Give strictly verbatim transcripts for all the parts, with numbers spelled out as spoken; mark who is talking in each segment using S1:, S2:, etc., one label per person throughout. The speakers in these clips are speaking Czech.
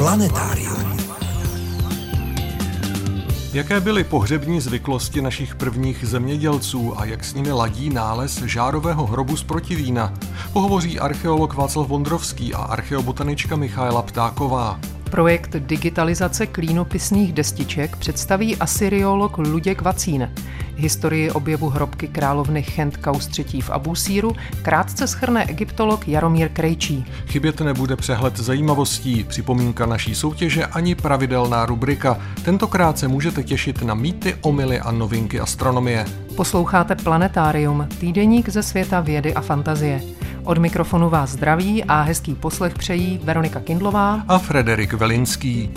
S1: Planetárium.
S2: Jaké byly pohřební zvyklosti našich prvních zemědělců a jak s nimi ladí nález žárového hrobu z Protivína? Pohovoří archeolog Václav Vondrovský a archeobotanička Michaela Ptáková.
S3: Projekt digitalizace klínopisných destiček představí asyriolog Luděk Vacín. Historii objevu hrobky královny Chentkaus třetí. v Abusíru krátce shrne egyptolog Jaromír Krejčí.
S2: Chybět nebude přehled zajímavostí, připomínka naší soutěže ani pravidelná rubrika. Tentokrát se můžete těšit na mýty, omyly a novinky astronomie.
S3: Posloucháte Planetárium, týdeník ze světa vědy a fantazie. Od mikrofonu vás zdraví a hezký poslech přejí Veronika Kindlová
S2: a Frederik Velinský.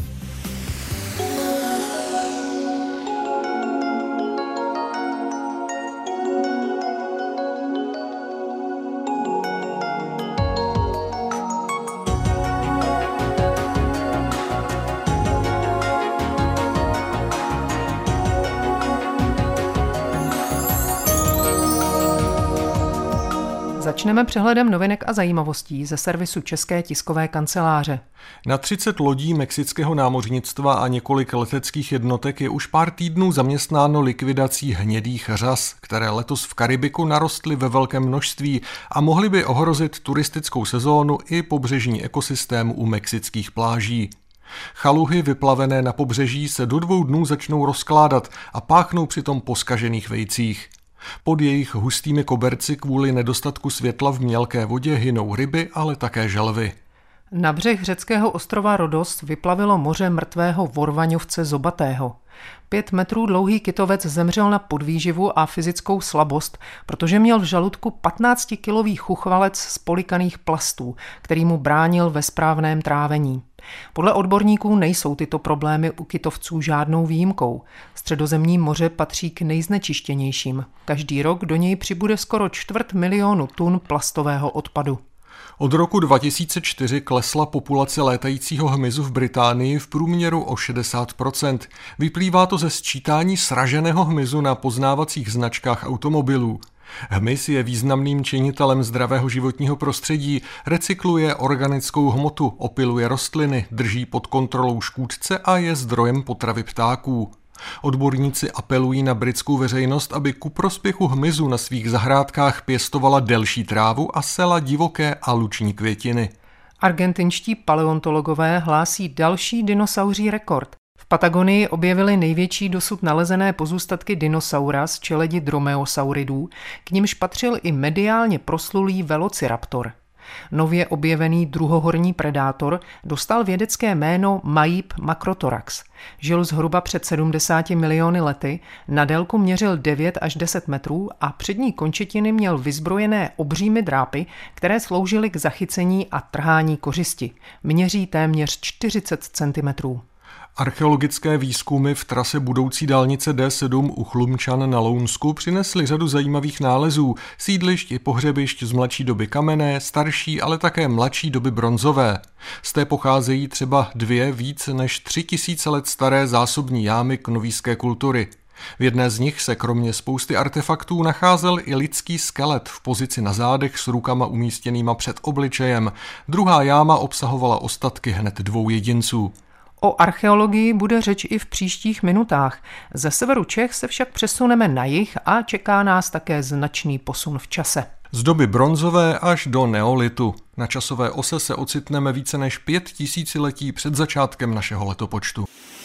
S3: Začneme přehledem novinek a zajímavostí ze servisu České tiskové kanceláře.
S2: Na třicet lodí mexického námořnictva a několik leteckých jednotek je už pár týdnů zaměstnáno likvidací hnědých řas, které letos v Karibiku narostly ve velkém množství a mohly by ohrozit turistickou sezónu i pobřežní ekosystém u mexických pláží. Chaluhy vyplavené na pobřeží se do dvou dnů začnou rozkládat a páchnou přitom po zkažených vejcích. Pod jejich hustými koberci kvůli nedostatku světla v mělké vodě hynou ryby, ale také želvy.
S3: Na břeh řeckého ostrova Rodos vyplavilo moře mrtvého vorvaňovce zobatého. Pět metrů dlouhý kytovec zemřel na podvýživu a fyzickou slabost, protože měl v žaludku patnáctikilový chuchvalec z polikaných plastů, který mu bránil ve správném trávení. Podle odborníků nejsou tyto problémy u kytovců žádnou výjimkou. Středozemní moře patří k nejznečištěnějším. Každý rok do něj přibude skoro čtvrt milionu tun plastového odpadu.
S2: Od roku dva tisíce čtyři klesla populace létajícího hmyzu v Británii v průměru o šedesát procent. Vyplývá to ze sčítání sraženého hmyzu na poznávacích značkách automobilů. Hmyz je významným činitelem zdravého životního prostředí, recykluje organickou hmotu, opyluje rostliny, drží pod kontrolou škůdce a je zdrojem potravy ptáků. Odborníci apelují na britskou veřejnost, aby ku prospěchu hmyzu na svých zahrádkách pěstovala delší trávu a sela divoké a luční květiny.
S3: Argentinští paleontologové hlásí další dinosauří rekord. V Patagonii objevili největší dosud nalezené pozůstatky dinosaura z čeledi dromeosauridů, k nimž patřil i mediálně proslulý velociraptor. Nově objevený druhohorní predátor dostal vědecké jméno Maip macrothorax. Žil zhruba před sedmdesáti miliony lety, na délku měřil devět až deset metrů a přední končetiny měl vyzbrojené obřími drápy, které sloužily k zachycení a trhání kořisti. Měří téměř čtyřicet centimetrů.
S2: Archeologické výzkumy v trase budoucí dálnice D sedm u Chlumčan na Lounsku přinesly řadu zajímavých nálezů, sídlišť i pohřebišť z mladší doby kamenné, starší, ale také mladší doby bronzové. Z té pocházejí třeba dvě víc než tři tisíce let staré zásobní jámy knovíské kultury. V jedné z nich se kromě spousty artefaktů nacházel i lidský skelet v pozici na zádech s rukama umístěnýma před obličejem. Druhá jáma obsahovala ostatky hned dvou jedinců.
S3: O archeologii bude řeč i v příštích minutách. Ze severu Čech se však přesuneme na jih a čeká nás také značný posun v čase.
S2: Z doby bronzové až do neolitu. Na časové ose se ocitneme více než pět tisíciletí před začátkem našeho letopočtu.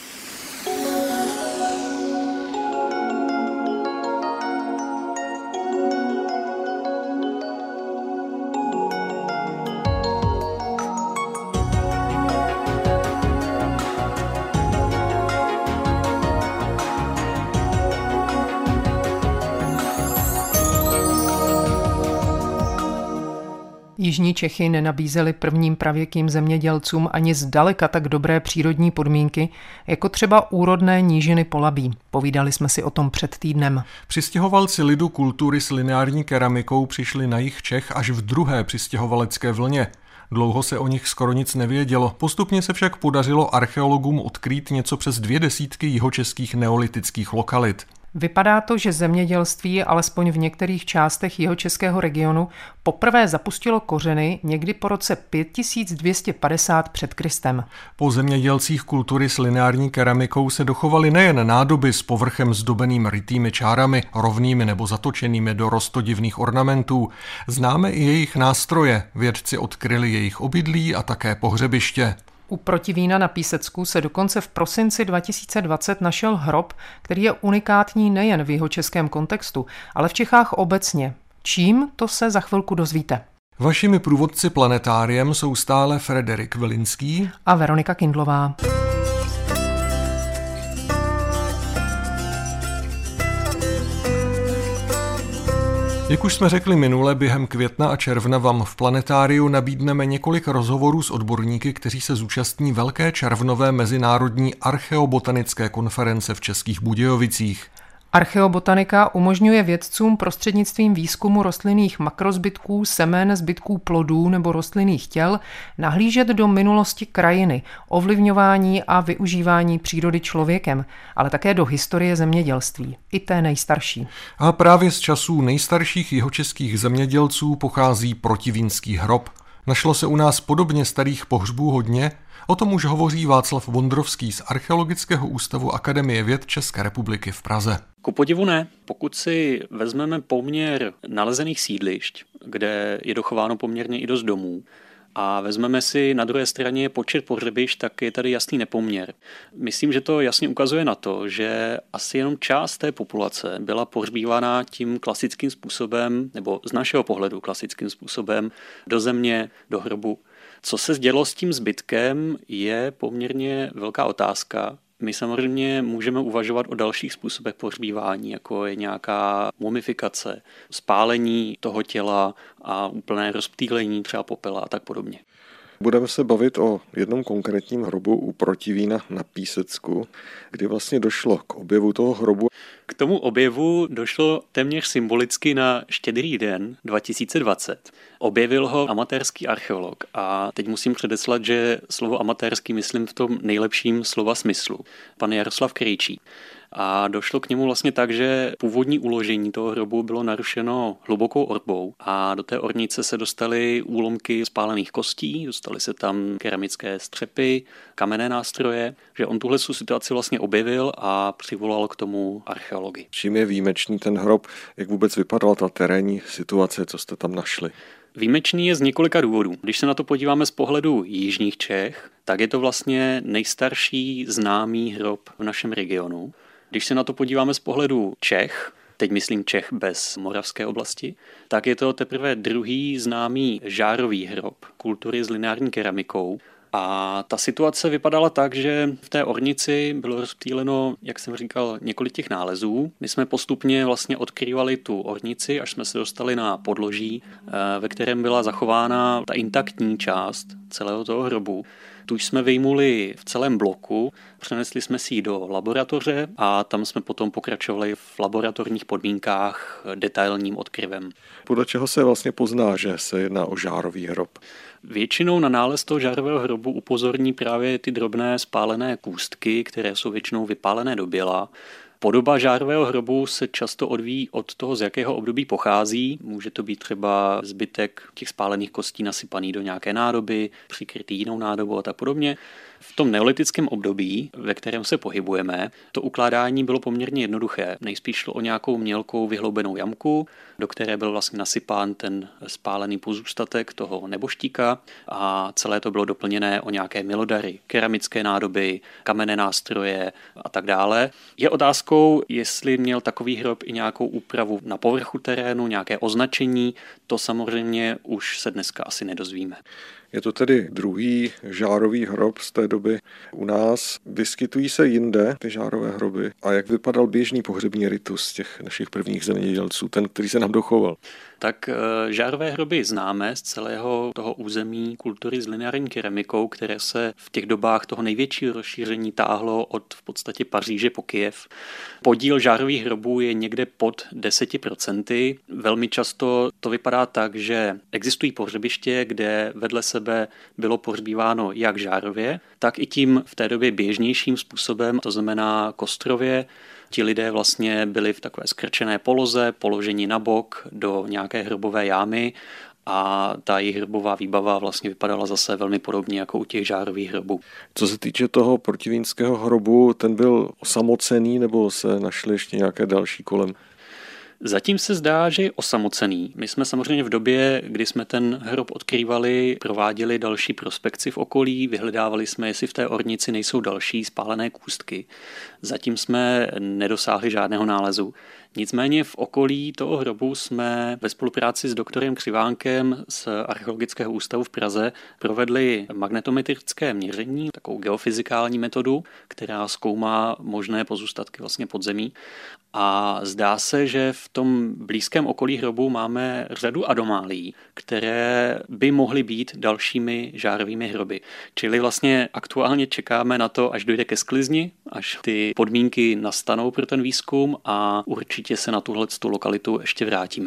S3: Jižní Čechy nenabízely prvním pravěkým zemědělcům ani zdaleka tak dobré přírodní podmínky, jako třeba úrodné nížiny Polabí. Povídali jsme si o tom před týdnem.
S2: Přistěhovalci lidu kultury s lineární keramikou přišli na jih Čech až v druhé přistěhovalecké vlně. Dlouho se o nich skoro nic nevědělo, postupně se však podařilo archeologům odkrýt něco přes dvě desítky jihočeských neolitických lokalit.
S3: Vypadá to, že zemědělství, alespoň v některých částech jihočeského regionu, poprvé zapustilo kořeny někdy po roce pět tisíc dvě stě padesát před Kristem.
S2: Po zemědělcích kultury s lineární keramikou se dochovaly nejen nádoby s povrchem zdobeným rytými čárami, rovnými nebo zatočenými do rostodivných ornamentů. Známe i jejich nástroje, vědci odkryli jejich obydlí a také pohřebiště.
S3: U Protivína na Písecku se dokonce v prosinci dva tisíce dvacet našel hrob, který je unikátní nejen v jihočeském kontextu, ale v Čechách obecně. Čím, to se za chvilku dozvíte.
S2: Vašimi průvodci planetáriem jsou stále Frederik Velinský
S3: a Veronika Kindlová.
S2: Jak už jsme řekli minule, během května a června vám v Planetáriu nabídneme několik rozhovorů s odborníky, kteří se zúčastní velké červnové mezinárodní archeobotanické konference v Českých Budějovicích.
S3: Archeobotanika umožňuje vědcům prostřednictvím výzkumu rostlinných makrozbytků, semen, zbytků plodů nebo rostlinných těl nahlížet do minulosti krajiny, ovlivňování a využívání přírody člověkem, ale také do historie zemědělství, i té nejstarší.
S2: A právě z časů nejstarších jihočeských zemědělců pochází Protivínský hrob. Našlo se u nás podobně starých pohřbů hodně. O tom už hovoří Václav Vondrovský z Archeologického ústavu Akademie věd České republiky v Praze.
S1: Ku podivu ne. Pokud si vezmeme poměr nalezených sídlišť, kde je dochováno poměrně i dost domů, a vezmeme si na druhé straně počet pohřebišť, tak je tady jasný nepoměr. Myslím, že to jasně ukazuje na to, že asi jenom část té populace byla pohřbívána tím klasickým způsobem, nebo z našeho pohledu klasickým způsobem, do země, do hrobu. Co se dělo s tím zbytkem, je poměrně velká otázka. My samozřejmě můžeme uvažovat o dalších způsobech pohřbívání, jako je nějaká mumifikace, spálení toho těla a úplné rozptýlení třeba popela a tak podobně.
S4: Budeme se bavit o jednom konkrétním hrobu u Protivína na Písecku, kdy vlastně došlo k objevu toho hrobu.
S1: K tomu objevu došlo téměř symbolicky na Štědrý den dva tisíce dvacet. Objevil ho amatérský archeolog a teď musím předeslat, že slovo amatérský myslím v tom nejlepším slova smyslu. Pan Jaroslav Krejčí. A došlo k němu vlastně tak, že původní uložení toho hrobu bylo narušeno hlubokou orbou a do té ornice se dostaly úlomky spálených kostí, dostaly se tam keramické střepy, kamenné nástroje, že on tuhle situaci vlastně objevil a přivolal k tomu archeology.
S4: Čím je výjimečný ten hrob, jak vůbec vypadala ta terénní situace, co jste tam našli?
S1: Výjimečný je z několika důvodů. Když se na to podíváme z pohledu jižních Čech, tak je to vlastně nejstarší známý hrob v našem regionu. Když se na to podíváme z pohledu Čech, teď myslím Čech bez moravské oblasti, tak je to teprve druhý známý žárový hrob kultury s lineární keramikou. A ta situace vypadala tak, že v té ornici bylo rozptýleno, jak jsem říkal, několik těch nálezů. My jsme postupně vlastně odkrývali tu ornici, až jsme se dostali na podloží, ve kterém byla zachována ta intaktní část celého toho hrobu. Tu jsme vyjmuli v celém bloku, přenesli jsme si ji do laboratoře a tam jsme potom pokračovali v laboratorních podmínkách detailním odkryvem.
S4: Podle čeho se vlastně pozná, že se jedná o žárový hrob?
S1: Většinou na nález toho žárového hrobu upozorní právě ty drobné spálené kůstky, které jsou většinou vypálené do běla. Podoba žárového hrobu se často odvíjí od toho, z jakého období pochází. Může to být třeba zbytek těch spálených kostí nasypaný do nějaké nádoby, přikrytý jinou nádobou a tak podobně. V tom neolitickém období, ve kterém se pohybujeme, to ukládání bylo poměrně jednoduché. Nejspíš šlo o nějakou mělkou vyhloubenou jamku, do které byl vlastně nasypán ten spálený pozůstatek toho neboštíka a celé to bylo doplněné o nějaké milodary, keramické nádoby, kamenné nástroje a tak dále. Je otázkou, jestli měl takový hrob i nějakou úpravu na povrchu terénu, nějaké označení, to samozřejmě už se dneska asi nedozvíme.
S4: Je to tedy druhý žárový hrob z té doby u nás. Vyskytují se jinde ty žárové hroby? A jak vypadal běžný pohřební ritus těch našich prvních zemědělců, ten, který se nám dochoval?
S1: Tak žárové hroby známe z celého toho území kultury s lineární keramikou, které se v těch dobách toho největšího rozšíření táhlo od v podstatě Paříže po Kyjev. Podíl žárových hrobů je někde pod deset procent. Velmi často to vypadá tak, že existují pohřebiště, kde vedle sebe bylo pohřbíváno jak žárově, tak i tím v té době běžnějším způsobem, to znamená kostrově. Ti lidé vlastně byli v takové skrčené poloze, položeni na bok do nějaké hrobové jámy a ta jejich hrobová výbava vlastně vypadala zase velmi podobně jako u těch žárových hrobů.
S4: Co se týče toho protivínského hrobu, ten byl osamocený nebo se našly ještě nějaké další kolem?
S1: Zatím se zdá, že je osamocený. My jsme samozřejmě v době, kdy jsme ten hrob odkrývali, prováděli další prospekci v okolí, vyhledávali jsme, jestli v té ornici nejsou další spálené kůstky. Zatím jsme nedosáhli žádného nálezu. Nicméně v okolí toho hrobu jsme ve spolupráci s doktorem Křivánkem z Archeologického ústavu v Praze provedli magnetometrické měření, takovou geofyzikální metodu, která zkoumá možné pozůstatky vlastně podzemí. A zdá se, že v tom blízkém okolí hrobu máme řadu anomálií, které by mohly být dalšími žárovými hroby. Čili vlastně aktuálně čekáme na to, až dojde ke sklizni, až ty podmínky nastanou pro ten výzkum a určitě se na tuhletu lokalitu ještě vrátíme.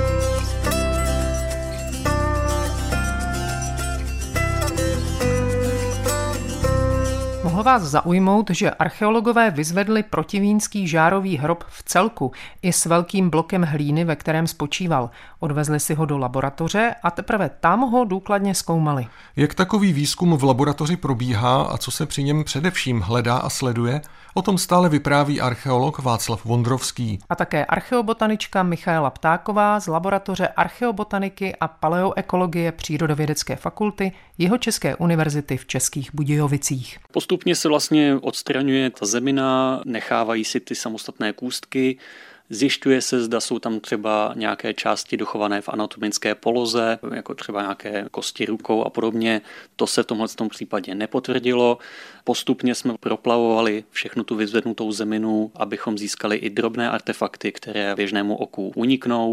S3: Mohlo vás zaujmout, že archeologové vyzvedli protivínský žárový hrob v celku i s velkým blokem hlíny, ve kterém spočíval. Odvezli si ho do laboratoře a teprve tam ho důkladně zkoumali.
S2: Jak takový výzkum v laboratoři probíhá a co se při něm především hledá a sleduje, o tom stále vypráví archeolog Václav Vondrovský.
S3: A také archeobotanička Michaela Ptáková z laboratoře archeobotaniky a paleoekologie Přírodovědecké fakulty Jihočeské univerzity v Českých Budějovicích.
S1: Postupně se vlastně odstraňuje ta zemina, nechávají si ty samostatné kůstky, zjišťuje se, zda jsou tam třeba nějaké části dochované v anatomické poloze, jako třeba nějaké kosti rukou a podobně. To se v tomhle případě nepotvrdilo. Postupně jsme proplavovali všechnu tu vyzvednutou zeminu, abychom získali i drobné artefakty, které běžnému oku uniknou.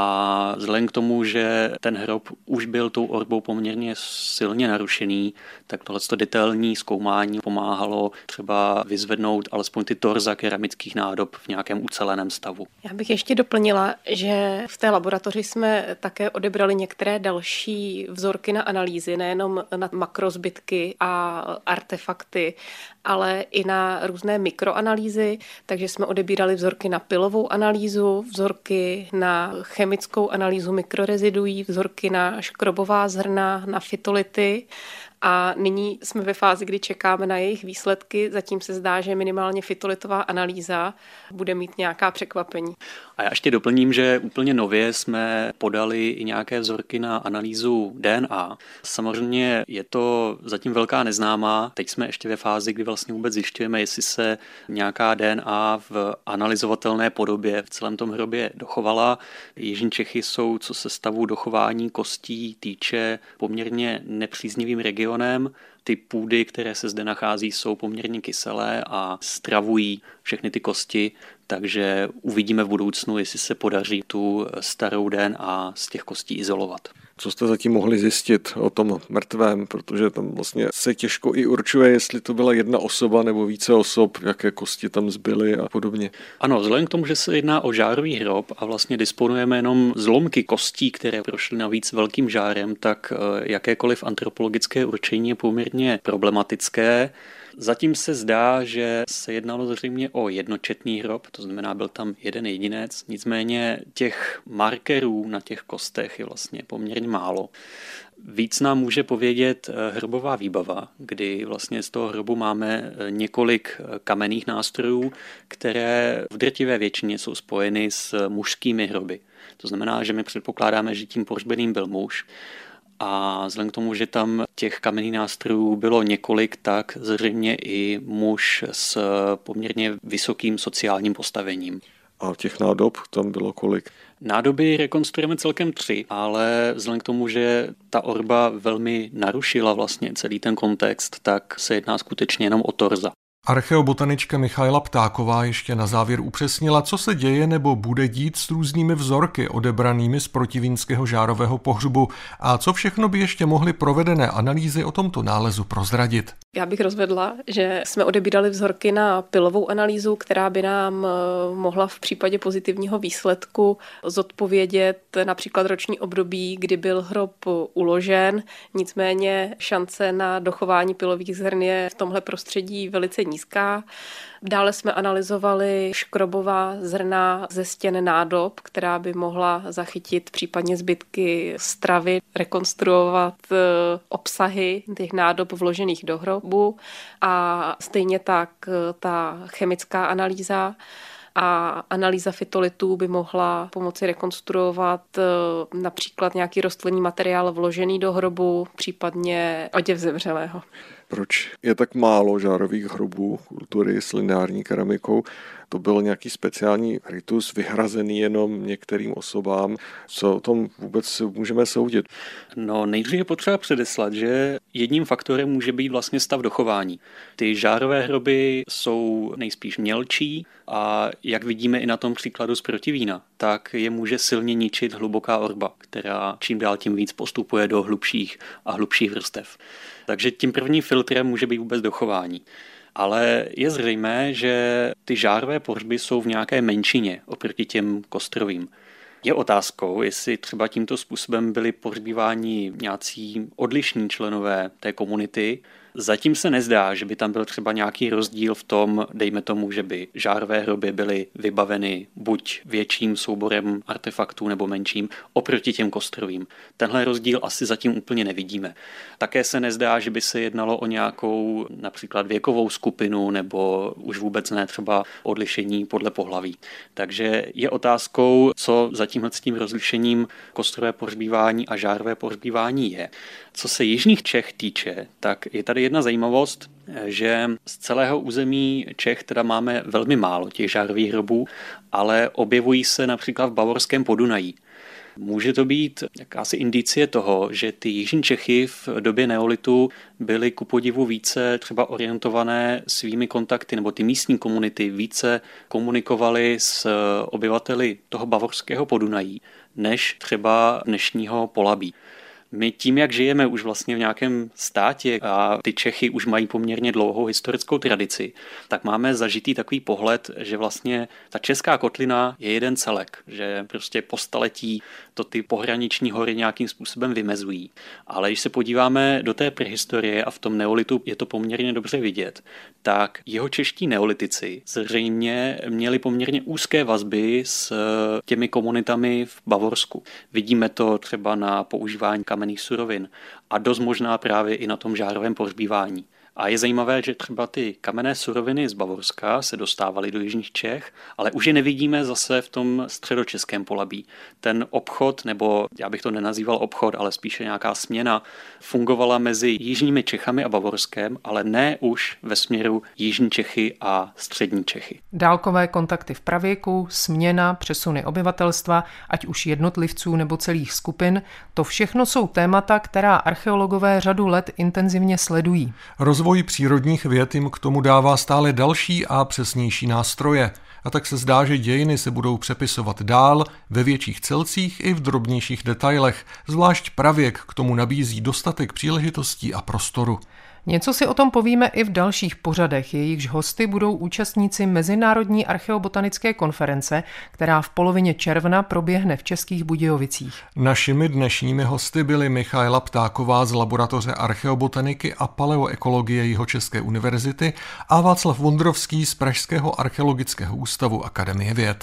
S1: A vzhledem k tomu, že ten hrob už byl tou orbou poměrně silně narušený, tak tohleto detailní zkoumání pomáhalo třeba vyzvednout alespoň ty torza keramických nádob v nějakém uceleném stavu.
S5: Já bych ještě doplnila, že v té laboratoři jsme také odebrali některé další vzorky na analýzy, nejenom na makrozbytky a artefakty, ale i na různé mikroanalýzy, takže jsme odebírali vzorky na pylovou analýzu, vzorky na chemickou analýzu mikroreziduí, vzorky na škrobová zrna, na fytolity. A nyní jsme ve fázi, kdy čekáme na jejich výsledky. Zatím se zdá, že minimálně fytolitová analýza bude mít nějaká překvapení.
S1: A já ještě doplním, že úplně nově jsme podali i nějaké vzorky na analýzu D N A. Samozřejmě je to zatím velká neznámá. Teď jsme ještě ve fázi, kdy vlastně vůbec zjišťujeme, jestli se nějaká D N A v analyzovatelné podobě v celém tom hrobě dochovala. Jižní Čechy jsou, co se stavu dochování kostí týče, poměrně nepříznivým regionem. Ty půdy, které se zde nachází, jsou poměrně kyselé a stravují všechny ty kosti, takže uvidíme v budoucnu, jestli se podaří tu starou D N A z těch kostí izolovat.
S4: Co jste zatím mohli zjistit o tom mrtvém, protože tam vlastně se těžko i určuje, jestli to byla jedna osoba nebo více osob, jaké kosti tam zbyly a podobně.
S1: Ano, vzhledem k tomu, že se jedná o žárový hrob a vlastně disponujeme jenom zlomky kostí, které prošly navíc velkým žárem, tak jakékoliv antropologické určení je poměrně problematické. Zatím se zdá, že se jednalo zřejmě o jednočetný hrob, to znamená, byl tam jeden jedinec, nicméně těch markerů na těch kostech je vlastně poměrně málo. Víc nám může povědět hrobová výbava, kdy vlastně z toho hrobu máme několik kamenných nástrojů, které v drtivé většině jsou spojeny s mužskými hroby. To znamená, že my předpokládáme, že tím pohřbeným byl muž. A vzhledem k tomu, že tam těch kamenných nástrojů bylo několik, tak zřejmě i muž s poměrně vysokým sociálním postavením.
S4: A těch nádob tam bylo kolik?
S1: Nádoby rekonstruujeme celkem tři, ale vzhledem k tomu, že ta orba velmi narušila vlastně celý ten kontext, tak se jedná skutečně jenom o torza.
S2: Archeobotanička Michaela Ptáková ještě na závěr upřesnila, co se děje nebo bude dít s různými vzorky odebranými z protivínského žárového pohřbu a co všechno by ještě mohly provedené analýzy o tomto nálezu prozradit.
S5: Já bych rozvedla, že jsme odebírali vzorky na pylovou analýzu, která by nám mohla v případě pozitivního výsledku zodpovědět například roční období, kdy byl hrob uložen. Nicméně šance na dochování pylových zrn je v tomhle prostředí velice nízká. Dále jsme analyzovali škrobová zrna ze stěn nádob, která by mohla zachytit případně zbytky stravy, rekonstruovat obsahy těch nádob vložených do hrobu a stejně tak ta chemická analýza a analýza fytolitů by mohla pomoci rekonstruovat například nějaký rostlinný materiál vložený do hrobu, případně oděv zemřelého.
S4: Proč je tak málo žárových hrobů kultury s lineární keramikou? To byl nějaký speciální ritus vyhrazený jenom některým osobám. Co o tom vůbec můžeme soudit?
S1: No, nejdřív je potřeba předeslat, že jedním faktorem může být vlastně stav dochování. Ty žárové hroby jsou nejspíš mělčí a jak vidíme i na tom příkladu z Protivína, tak je může silně ničit hluboká orba, která čím dál tím víc postupuje do hlubších a hlubších vrstev. Takže tím prvním filtrem může být vůbec dochování. Ale je zřejmé, že ty žárové pohřby jsou v nějaké menšině oproti těm kostrovým. Je otázkou, jestli třeba tímto způsobem byli pohřbíváni nějací odlišní členové té komunity. Zatím se nezdá, že by tam byl třeba nějaký rozdíl v tom, dejme tomu, že by žárové hroby byly vybaveny buď větším souborem artefaktů nebo menším oproti těm kostrovým. Tenhle rozdíl asi zatím úplně nevidíme. Také se nezdá, že by se jednalo o nějakou například věkovou skupinu nebo už vůbec ne třeba odlišení podle pohlaví. Takže je otázkou, co za tímhle s tím rozlišením kostrové pohřbívání a žárové pohřbívání je. Co se jižních Čech týče, tak je tady jedna zajímavost, že z celého území Čech teda máme velmi málo těch žárových hrobů, ale objevují se například v bavorském Podunají. Může to být jakási indicie toho, že ty jižní Čechy v době neolitu byly ku podivu více třeba orientované svými kontakty, nebo ty místní komunity více komunikovaly s obyvateli toho bavorského Podunají, než třeba dnešního Polabí. My tím, jak žijeme už vlastně v nějakém státě a ty Čechy už mají poměrně dlouhou historickou tradici, tak máme zažitý takový pohled, že vlastně ta česká kotlina je jeden celek, že prostě po staletí to ty pohraniční hory nějakým způsobem vymezují. Ale když se podíváme do té prehistorie a v tom neolitu je to poměrně dobře vidět, tak jeho čeští neolitici zřejmě měli poměrně úzké vazby s těmi komunitami v Bavorsku. Vidíme to třeba na používání kamenných surovin a dost možná právě i na tom žárovém pohřbívání. A je zajímavé, že třeba ty kamenné suroviny z Bavorska se dostávaly do jižních Čech, ale už je nevidíme zase v tom středočeském Polabí. Ten obchod, nebo já bych to nenazýval obchod, ale spíše nějaká směna, fungovala mezi jižními Čechami a Bavorskem, ale ne už ve směru jižní Čechy a střední Čechy.
S3: Dálkové kontakty v pravěku, směna, přesuny obyvatelstva, ať už jednotlivců nebo celých skupin, to všechno jsou témata, která archeologové řadu let intenzivně sledují.
S2: Rozvoj přírodních věd jim k tomu dává stále další a přesnější nástroje. A tak se zdá, že dějiny se budou přepisovat dál, ve větších celcích i v drobnějších detailech. Zvlášť pravěk k tomu nabízí dostatek příležitostí a prostoru.
S3: Něco si o tom povíme i v dalších pořadech, jejichž hosty budou účastníci Mezinárodní archeobotanické konference, která v polovině června proběhne v Českých Budějovicích.
S2: Našimi dnešními hosty byly Michaela Ptáková z Laboratoře archeobotaniky a paleoekologie Jihočeské univerzity a Václav Vondrovský z Pražského archeologického ústavu Akademie věd.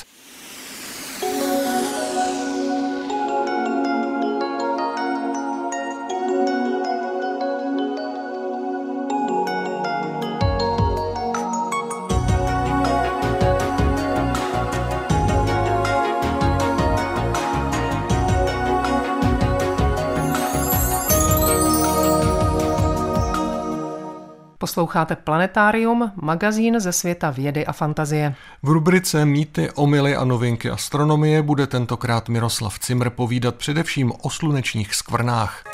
S3: Posloucháte Planetárium, magazín ze světa vědy a fantazie.
S2: V rubrice Mýty, omyly a novinky astronomie bude tentokrát Miroslav Cimr povídat především o slunečních skvrnách.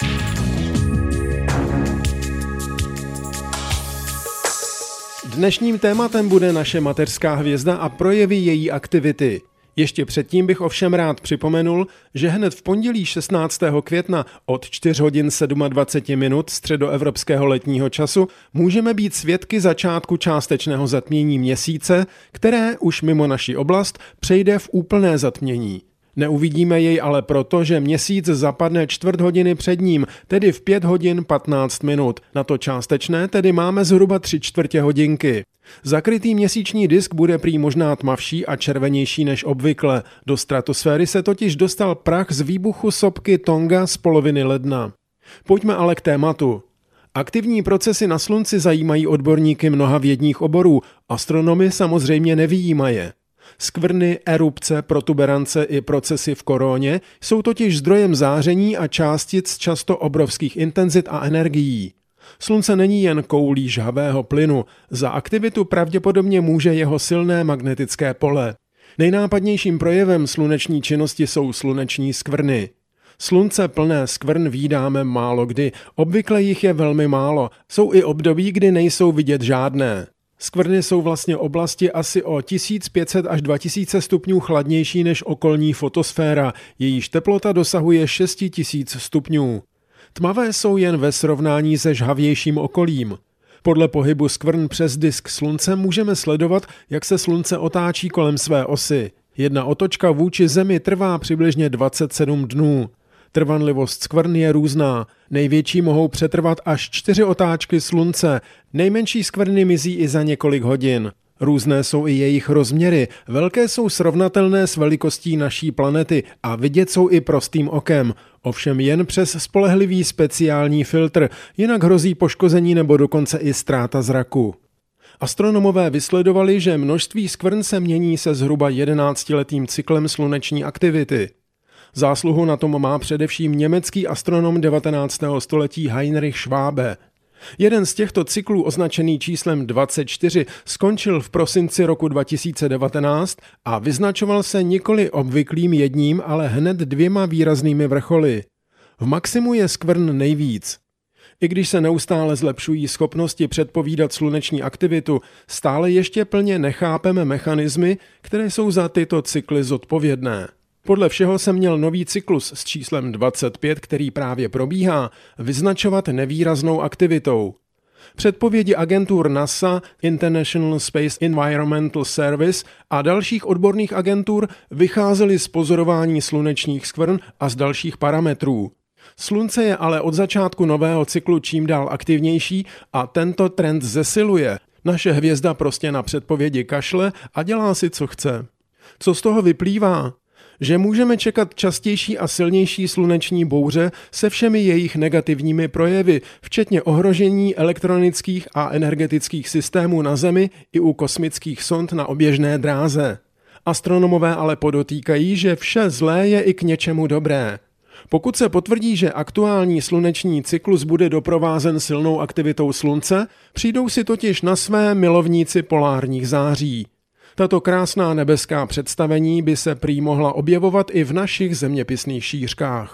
S6: Dnešním tématem bude naše mateřská hvězda a projevy její aktivity. Ještě předtím bych ovšem rád připomenul, že hned v pondělí šestnáctého května od čtyři hodin dvacet sedm minut středoevropského letního času můžeme být svědky začátku částečného zatmění měsíce, které už mimo naši oblast přejde v úplné zatmění. Neuvidíme jej ale proto, že měsíc zapadne čtvrt hodiny před ním, tedy v pět hodin patnáct minut. Na to částečné tedy máme zhruba tři čtvrtě hodinky. Zakrytý měsíční disk bude prý možná tmavší a červenější než obvykle. Do stratosféry se totiž dostal prach z výbuchu sopky Tonga z poloviny ledna. Pojďme ale k tématu. Aktivní procesy na Slunci zajímají odborníky mnoha vědních oborů, astronomy samozřejmě nevyjímaje. Skvrny, erupce, protuberance i procesy v koróně jsou totiž zdrojem záření a částic často obrovských intenzit a energií. Slunce není jen koulí žhavého plynu, za aktivitu pravděpodobně může jeho silné magnetické pole. Nejnápadnějším projevem sluneční činnosti jsou sluneční skvrny. Slunce plné skvrn vídáme málo kdy, obvykle jich je velmi málo, jsou i období, kdy nejsou vidět žádné. Skvrny jsou vlastně oblasti asi o tisíc pět set až dva tisíce stupňů chladnější než okolní fotosféra, jejíž teplota dosahuje šest tisíc stupňů. Tmavé jsou jen ve srovnání se žhavějším okolím. Podle pohybu skvrn přes disk Slunce můžeme sledovat, jak se Slunce otáčí kolem své osy. Jedna otočka vůči Zemi trvá přibližně dvacet sedm dnů. Trvanlivost skvrn je různá. Největší mohou přetrvat až čtyři otáčky Slunce, nejmenší skvrny mizí i za několik hodin. Různé jsou i jejich rozměry, velké jsou srovnatelné s velikostí naší planety a vidět jsou i prostým okem, ovšem jen přes spolehlivý speciální filtr, jinak hrozí poškození nebo dokonce i ztráta zraku. Astronomové vysledovali, že množství skvrn se mění se zhruba jedenáctiletým cyklem sluneční aktivity. Zásluhu na tom má především německý astronom devatenáctého století Heinrich Schwabe. Jeden z těchto cyklů označený číslem dvacet čtyři skončil v prosinci roku dva tisíce devatenáct a vyznačoval se nikoli obvyklým jedním, ale hned dvěma výraznými vrcholy. V maximu je skvrn nejvíc. I když se neustále zlepšují schopnosti předpovídat sluneční aktivitu, stále ještě plně nechápeme mechanismy, které jsou za tyto cykly zodpovědné. Podle všeho se měl nový cyklus s číslem dvacet pět, který právě probíhá, vyznačovat nevýraznou aktivitou. Předpovědi agentur NASA, International Space Environmental Service a dalších odborných agentur vycházely z pozorování slunečních skvrn a z dalších parametrů. Slunce je ale od začátku nového cyklu čím dál aktivnější a tento trend zesiluje. Naše hvězda prostě na předpovědi kašle a dělá si, co chce. Co z toho vyplývá? Že můžeme čekat častější a silnější sluneční bouře se všemi jejich negativními projevy, včetně ohrožení elektronických a energetických systémů na Zemi i u kosmických sond na oběžné dráze. Astronomové ale podotýkají, že vše zlé je i k něčemu dobré. Pokud se potvrdí, že aktuální sluneční cyklus bude doprovázen silnou aktivitou Slunce, přijdou si totiž na své milovníci polárních září. Tato krásná nebeská představení by se prý mohla objevovat i v našich zeměpisných šířkách.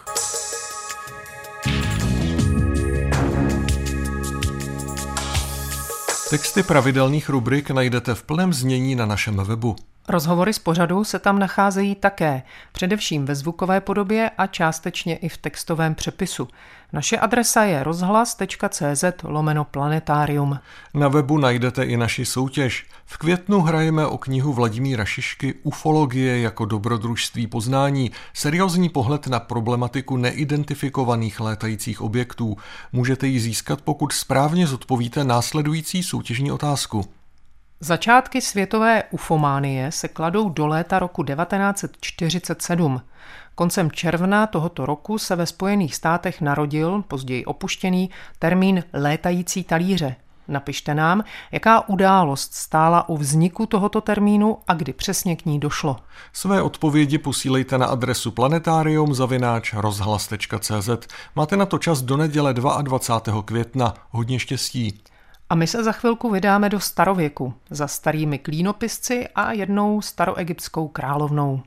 S2: Texty pravidelných rubrik najdete v plném znění na našem webu.
S3: Rozhovory z pořadu se tam nacházejí také, především ve zvukové podobě a částečně i v textovém přepisu. Naše adresa je rozhlas.cz lomeno planetarium.
S2: Na webu najdete i naši soutěž. V květnu hrajeme o knihu Vladimíra Šišky Ufologie jako dobrodružství poznání, seriózní pohled na problematiku neidentifikovaných létajících objektů. Můžete ji získat, pokud správně zodpovíte následující soutěžní otázku.
S3: Začátky světové ufománie se kladou do léta roku devatenáct set čtyřicet sedm. Koncem června tohoto roku se ve Spojených státech narodil, později opuštěný, termín létající talíře. Napište nám, jaká událost stála u vzniku tohoto termínu a kdy přesně k ní došlo.
S2: Své odpovědi posílejte na adresu planetarium zavináč rozhlas tečka cé zet. Máte na to čas do neděle dvacátého druhého května. Hodně štěstí.
S3: A my se za chvilku vydáme do starověku za starými klínopisci a jednou staroegyptskou královnou.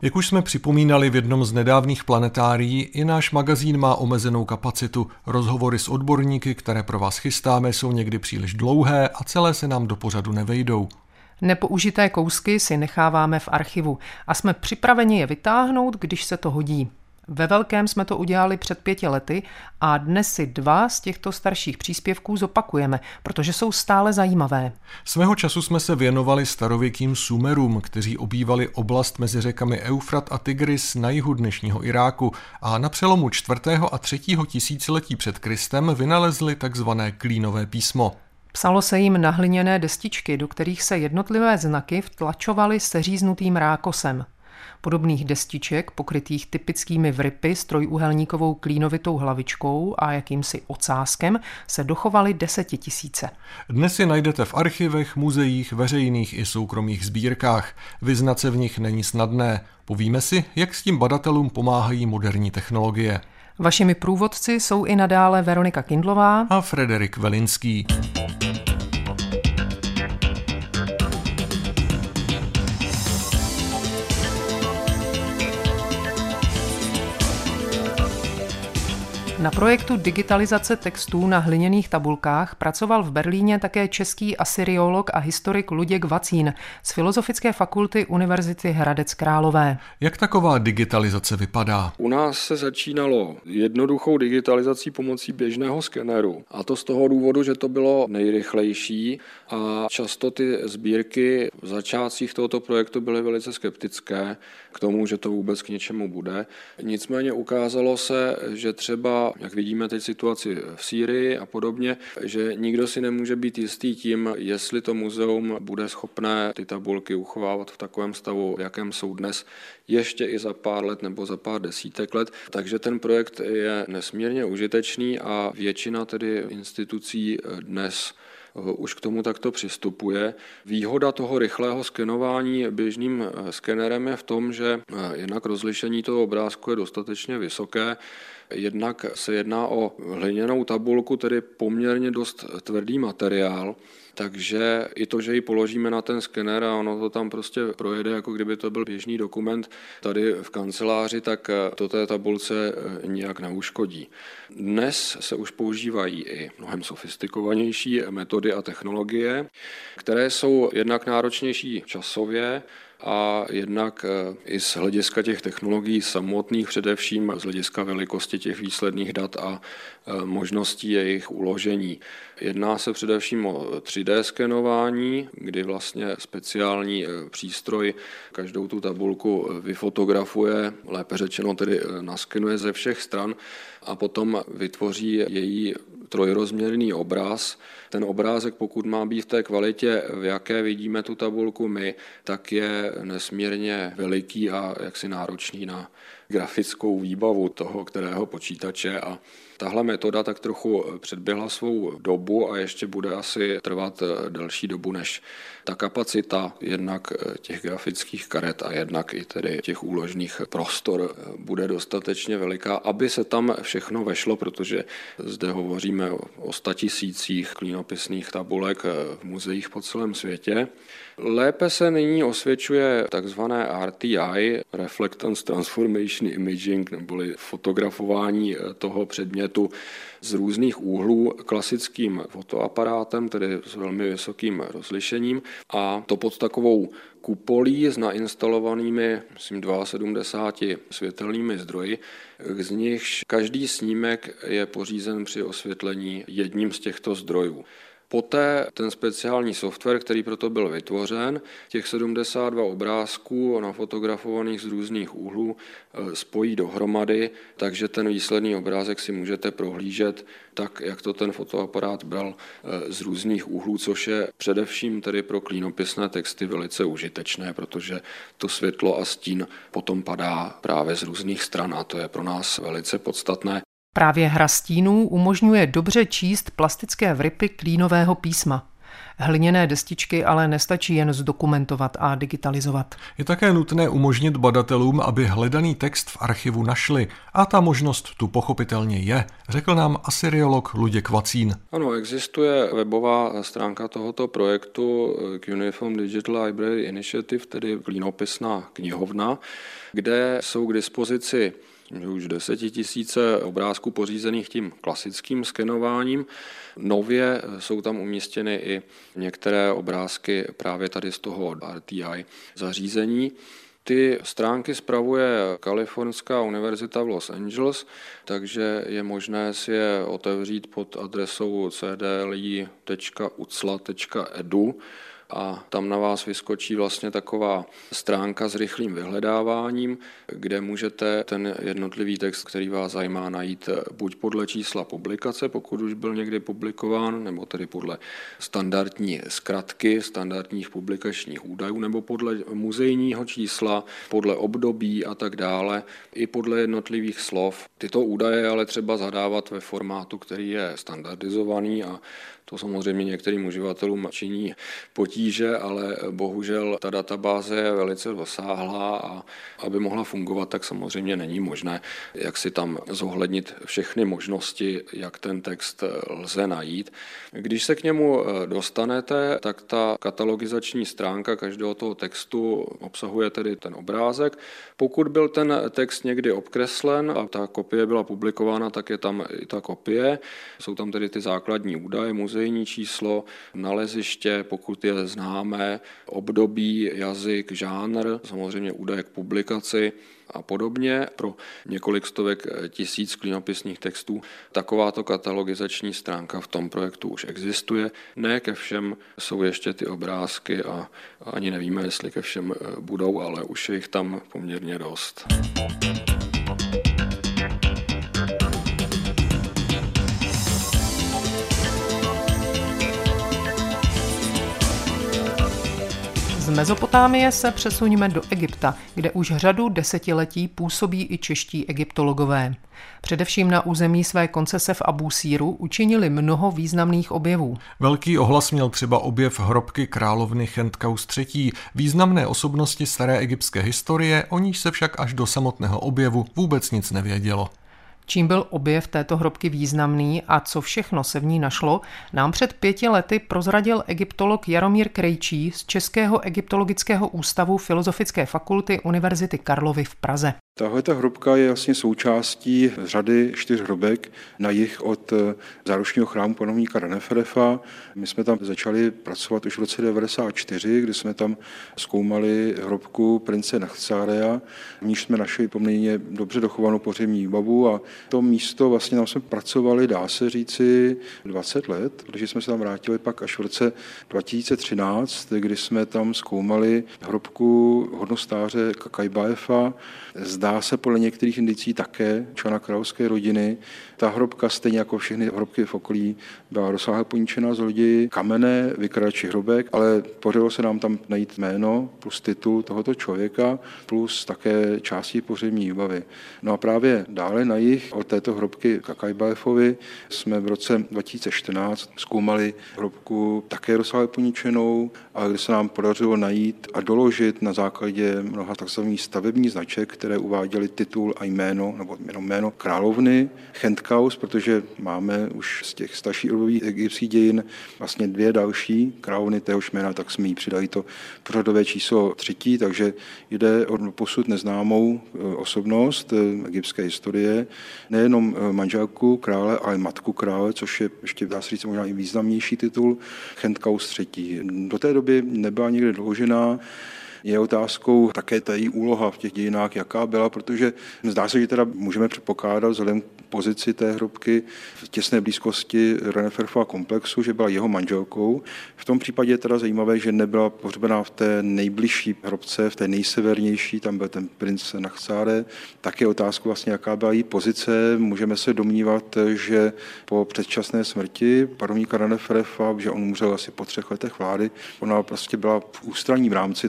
S2: Jak už jsme připomínali v jednom z nedávných planetárií, i náš magazín má omezenou kapacitu. Rozhovory s odborníky, které pro vás chystáme, jsou někdy příliš dlouhé a celé se nám do pořadu nevejdou.
S3: Nepoužité kousky si necháváme v archivu a jsme připraveni je vytáhnout, když se to hodí. Ve velkém jsme to udělali před pěti lety a dnes si dva z těchto starších příspěvků zopakujeme, protože jsou stále zajímavé.
S2: Svého času jsme se věnovali starověkým Sumerům, kteří obývali oblast mezi řekami Eufrat a Tigris na jihu dnešního Iráku a na přelomu čtvrtého a třetího tisíciletí před Kristem vynalezli takzvané klínové písmo.
S3: Psalo se jim na hliněné destičky, do kterých se jednotlivé znaky vtlačovaly seříznutým rákosem. Podobných destiček, pokrytých typickými vrypy s trojúhelníkovou klínovitou hlavičkou a jakýmsi ocáskem, se dochovaly desetitisíce.
S2: Dnes je najdete v archivech, muzeích, veřejných i soukromých sbírkách. Vyznat se v nich není snadné. Povíme si, jak s tím badatelům pomáhají moderní technologie.
S3: Vašimi průvodci jsou i nadále Veronika Kindlová
S2: a Frederik Velinský.
S3: Na projektu digitalizace textů na hliněných tabulkách pracoval v Berlíně také český asyriolog a historik Luděk Vacín z Filozofické fakulty Univerzity Hradec Králové.
S2: Jak taková digitalizace vypadá?
S7: U nás se začínalo jednoduchou digitalizací pomocí běžného skeneru. A to z toho důvodu, že to bylo nejrychlejší a často ty sbírky v začátcích tohoto projektu byly velice skeptické k tomu, že to vůbec k něčemu bude. Nicméně ukázalo se, že třeba, jak vidíme teď situaci v Sýrii a podobně, že nikdo si nemůže být jistý tím, jestli to muzeum bude schopné ty tabulky uchovávat v takovém stavu, v jakém jsou dnes, ještě i za pár let nebo za pár desítek let. Takže ten projekt je nesmírně užitečný a většina tedy institucí dnes už k tomu takto přistupuje. Výhoda toho rychlého skenování běžným skenerem je v tom, že jednak rozlišení toho obrázku je dostatečně vysoké, jednak se jedná o hliněnou tabulku, tedy poměrně dost tvrdý materiál, takže i to, že ji položíme na ten skener a ono to tam prostě projede, jako kdyby to byl běžný dokument tady v kanceláři, tak to té tabulce nijak neuškodí. Dnes se už používají i mnohem sofistikovanější metody a technologie, které jsou jednak náročnější časově, a jednak i z hlediska těch technologií samotných, především z hlediska velikosti těch výsledných dat a možností jejich uložení. Jedná se především o tři dé skenování, kdy vlastně speciální přístroj každou tu tabulku vyfotografuje, lépe řečeno tedy naskenuje ze všech stran a potom vytvoří její trojrozměrný obraz. Ten obrázek, pokud má být v té kvalitě, v jaké vidíme tu tabulku my, tak je nesmírně veliký a jaksi náročný na grafickou výbavu toho, kterého počítače a tahle metoda tak trochu předběhla svou dobu a ještě bude asi trvat delší dobu, než ta kapacita jednak těch grafických karet a jednak i tedy těch úložných prostor bude dostatečně veliká, aby se tam všechno vešlo, protože zde hovoříme o statisících klínopisných tabulek v muzeích po celém světě. Lépe se nyní osvědčuje takzvané R T I, Reflectance Transformation Imaging, neboli fotografování toho předmětu z různých úhlů klasickým fotoaparátem, tedy s velmi vysokým rozlišením a to pod takovou kupolí s nainstalovanými, myslím, sedmdesáti dva světelnými zdroji, z nichž každý snímek je pořízen při osvětlení jedním z těchto zdrojů. Poté ten speciální software, který proto byl vytvořen, těch sedmdesát dva obrázků nafotografovaných z různých úhlů spojí dohromady, takže ten výsledný obrázek si můžete prohlížet tak, jak to ten fotoaparát bral z různých úhlů, což je především tedy pro klínopisné texty velice užitečné, protože to světlo a stín potom padá právě z různých stran a to je pro nás velice podstatné.
S3: Právě hra stínů umožňuje dobře číst plastické vrypy klínového písma. Hliněné destičky ale nestačí jen zdokumentovat a digitalizovat.
S2: Je také nutné umožnit badatelům, aby hledaný text v archivu našli. A ta možnost tu pochopitelně je, řekl nám asyriolog Luděk Vacín.
S7: Ano, existuje webová stránka tohoto projektu Cuneiform Digital Library Initiative, tedy klínopisná knihovna, kde jsou k dispozici už desetitisíce obrázků pořízených tím klasickým skenováním. Nově jsou tam umístěny i některé obrázky právě tady z toho R T I zařízení. Ty stránky spravuje Kalifornská univerzita v Los Angeles, takže je možné si je otevřít pod adresou c d l i tečka u c l a tečka e d u. A tam na vás vyskočí vlastně taková stránka s rychlým vyhledáváním, kde můžete ten jednotlivý text, který vás zajímá, najít buď podle čísla publikace, pokud už byl někdy publikován, nebo tedy podle standardní zkratky, standardních publikačních údajů, nebo podle muzejního čísla, podle období a tak dále, i podle jednotlivých slov. Tyto údaje ale třeba zadávat ve formátu, který je standardizovaný, a to samozřejmě některým uživatelům činí potíže, ale bohužel ta databáze je velice rozsáhlá a aby mohla fungovat, tak samozřejmě není možné, jak si tam zohlednit všechny možnosti, jak ten text lze najít. Když se k němu dostanete, tak ta katalogizační stránka každého toho textu obsahuje tedy ten obrázek. Pokud byl ten text někdy obkreslen a ta kopie byla publikována, tak je tam i ta kopie. Jsou tam tedy ty základní údaje, muzejní číslo, naleziště, pokud je známé, období, jazyk, žánr, samozřejmě údaje k publikaci a podobně. Pro několik stovek tisíc klínopisných textů takováto katalogizační stránka v tom projektu už existuje. Ne ke všem jsou ještě ty obrázky a ani nevíme, jestli ke všem budou, ale už je jich tam poměrně dost.
S3: Z Mezopotámie se přesuníme do Egypta, kde už řadu desetiletí působí i čeští egyptologové. Především na území své koncese v Abusíru učinili mnoho významných objevů.
S2: Velký ohlas měl třeba objev hrobky královny Chentkaus třetí., významné osobnosti staré egyptské historie, o níž se však až do samotného objevu vůbec nic nevědělo.
S3: Čím byl objev této hrobky významný a co všechno se v ní našlo, nám před pěti lety prozradil egyptolog Jaromír Krejčí z Českého egyptologického ústavu Filozofické fakulty Univerzity Karlovy v Praze.
S8: Tahle ta hrobka je vlastně součástí řady čtyř hrobek na jih od záručního chrámu panovníka Raneferefa. My jsme tam začali pracovat už v roce devadesát čtyři, kdy jsme tam zkoumali hrobku prince Nachcárea, v níž jsme našli poměrně dobře dochovanou pohřební výbavu, a to místo vlastně tam jsme pracovali, dá se říci, dvacet let, protože jsme se tam vrátili pak až v roce dva tisíce třináct, kdy jsme tam zkoumali hrobku hodnostáře Kakajbaefa. Zdá se podle některých indicí také člena královské rodiny. Ta hrobka, stejně jako všechny hrobky v okolí, byla rozsáhle poničena zloději, kamenné vykradači hrobek, ale podařilo se nám tam najít jméno plus titul tohoto člověka, plus také části pohřební výbavy. No a právě dále na jih od této hrobky Kakajbaefovi jsme v roce dva tisíce čtrnáct zkoumali hrobku také rozsáhle poničenou, a kde se nám podařilo najít a doložit na základě mnoha takzvaných stavebních značek, které uváděly titul a jméno, nebo jenom jméno královny Chentkaus, protože máme už z těch starších období egyptských dějin vlastně dvě další královny téhož jména, tak jsme jí přidali to pořadové číslo třetí, takže jde o posud neznámou osobnost egyptské historie, nejenom manželku krále, ale matku krále, což je ještě, dá se říct, možná i významnější titul, Chentkaus třetí. Do té doby nebyla nikdy doložená. Je otázkou také ta její úloha v těch dějinách, jaká byla, protože zdá se, že teda můžeme předpokládat vzhledem k pozici té hrobky v těsné blízkosti Raneferefova komplexu, že byla jeho manželkou. V tom případě je teda zajímavé, že nebyla pohřbená v té nejbližší hrobce, v té nejsevernější, tam byl ten princ Nachcáre. Tak je otázkou vlastně, jaká byla její pozice. Můžeme se domnívat, že po předčasné smrti panovníka Raneferefa, že on umřel asi po třech letech vlády, ona prostě byla v ústraní v rámci toho království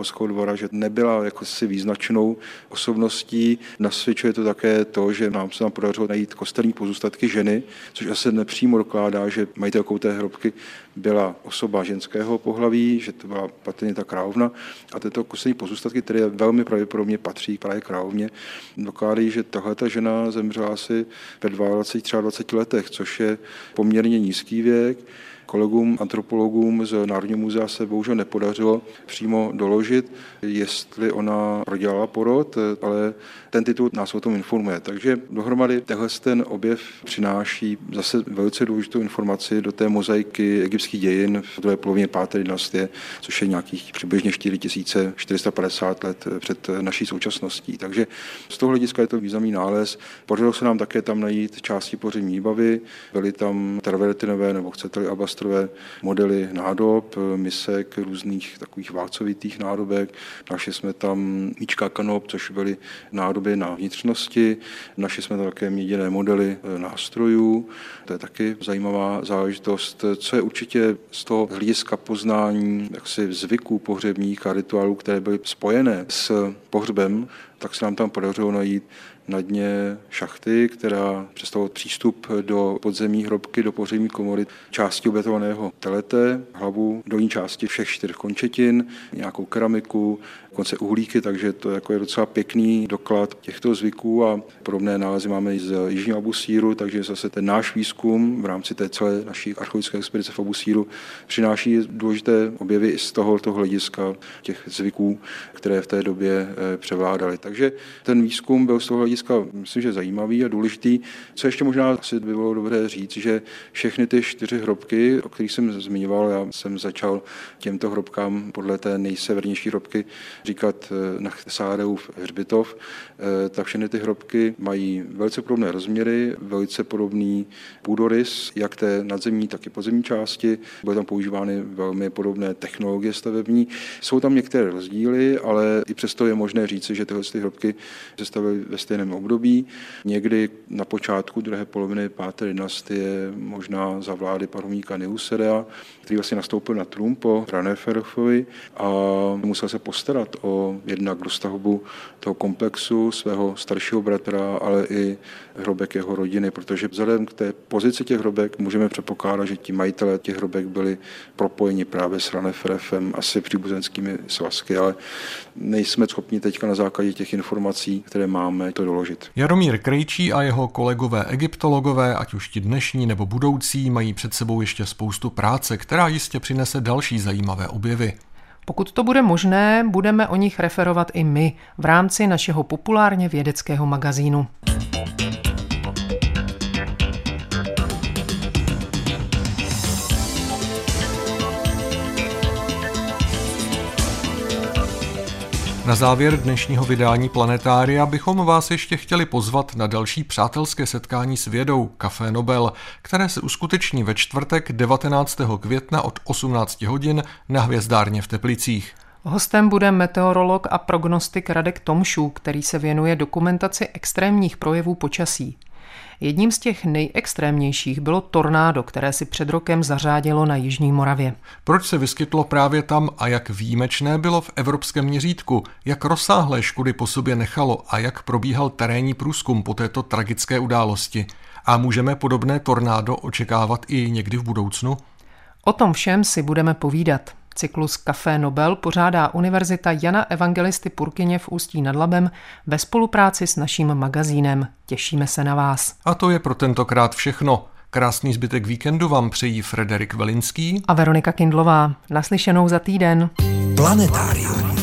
S8: královského dvora, že nebyla jako si význačnou osobností. Nasvědčuje to také to, že nám se nám podařilo najít kostelní pozůstatky ženy, což asi nepřímo dokládá, že majitelkou té hrobky byla osoba ženského pohlaví, že to byla patrně ta královna. A tyto kostelní pozůstatky, které velmi pravděpodobně patří právě královně, dokládají, že tahle ta žena zemřela asi ve dvaceti dvou, třiceti letech, což je poměrně nízký věk. Kolegům, antropologům z Národního muzea se bohužel nepodařilo přímo doložit, jestli ona prodělala porod, ale ten titul nás o tom informuje. Takže dohromady tenhle ten objev přináší zase velice důležitou informaci do té mozaiky egyptských dějin v druhé polovině páté dynastie, což je nějakých přibližně čtyři tisíce čtyři sta padesát let před naší současností. Takže z toho hlediska je to významný nález. Podařilo se nám také tam najít části pohřební výbavy, byly tam travertinové nebo chcete-li alabastrové modely nádob, misek, různých takových válcovitých nádobek. Našli jsme tam míčka kanop, což byly nádoby na vnitřnosti. Našli jsme tam také měděné modely nástrojů. To je taky zajímavá záležitost. Co je určitě z toho hlediska poznání jaksi zvyků pohřebních a rituálů, které byly spojené s pohřbem, tak se nám tam podařilo najít na dně šachty, která představuje přístup do podzemní hrobky, do pohřební komory, části obětovaného telete, hlavu, dolní části všech čtyř končetin, nějakou keramiku, dokonce uhlíky, takže to jako je docela pěkný doklad těchto zvyků a podobné nálezy máme i z Jižního Abusíru, takže zase ten náš výzkum v rámci té celé naší archeologické expedice v Abusíru přináší důležité objevy i z tohoto hlediska těch zvyků, které v té době převládaly. Takže ten výzkum byl z toho hlediska, myslím, že zajímavý a důležitý. Co ještě možná asi by bylo dobré říct, že všechny ty čtyři hrobky, o kterých jsem zmiňoval, já jsem začal těmto hrobkám podle té nejsevernější hrobky říkat Nachtesáreův hřbitov, tak všechny ty hrobky mají velice podobné rozměry, velice podobný půdorys, jak té nadzemní, tak i podzemní části. Byly tam používány velmi podobné technologie stavební. Jsou tam některé rozdíly, ale i přesto je možné říci, že tyhle ty hrobky se stavily ve stejném období. Někdy na počátku druhé poloviny páté dynastie, možná za vlády panovníka Niusedea, který vlastně nastoupil na trůn po Raneferovi a musel se postarat o jednak dostavbu toho komplexu svého staršího bratra, ale i hrobek jeho rodiny, protože vzhledem k té pozici těch hrobek můžeme předpokládat, že ti majitelé těch hrobek byli propojeni právě s Raneferefem, asi příbuzenskými svazky, ale nejsme schopni teďka na základě těch informací, které máme, to doložit.
S2: Jaromír Krejčí a jeho kolegové egyptologové, ať už ti dnešní nebo budoucí, mají před sebou ještě spoustu práce, která jistě přinese další zajímavé objevy.
S3: Pokud to bude možné, budeme o nich referovat i my v rámci našeho populárně vědeckého magazínu.
S2: Na závěr dnešního vydání Planetária bychom vás ještě chtěli pozvat na další přátelské setkání s vědou Café Nobel, které se uskuteční ve čtvrtek devatenáctého května od osmnácti hodin na Hvězdárně v Teplicích.
S3: Hostem bude meteorolog a prognostik Radek Tomšů, který se věnuje dokumentaci extrémních projevů počasí. Jedním z těch nejextrémnějších bylo tornádo, které si před rokem zařádilo na Jižní Moravě.
S2: Proč se vyskytlo právě tam a jak výjimečné bylo v evropském měřítku, jak rozsáhlé škody po sobě nechalo a jak probíhal terénní průzkum po této tragické události? A můžeme podobné tornádo očekávat i někdy v budoucnu?
S3: O tom všem si budeme povídat. Cyklus Café Nobel pořádá Univerzita Jana Evangelisty Purkyně v Ústí nad Labem ve spolupráci s naším magazínem. Těšíme se na vás.
S2: A to je pro tentokrát všechno. Krásný zbytek víkendu vám přejí Frederik Velinský
S3: a Veronika Kindlová. Naslyšenou za týden.
S2: Planetárium.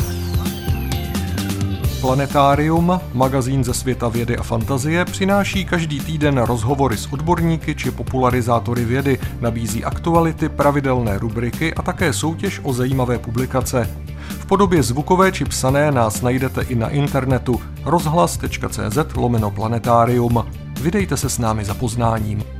S2: Planetárium, magazín ze světa vědy a fantazie, přináší každý týden rozhovory s odborníky či popularizátory vědy, nabízí aktuality, pravidelné rubriky a také soutěž o zajímavé publikace. V podobě zvukové či psané nás najdete i na internetu rozhlas tečka cé zet lomeno planetárium. Vydejte se s námi za poznáním.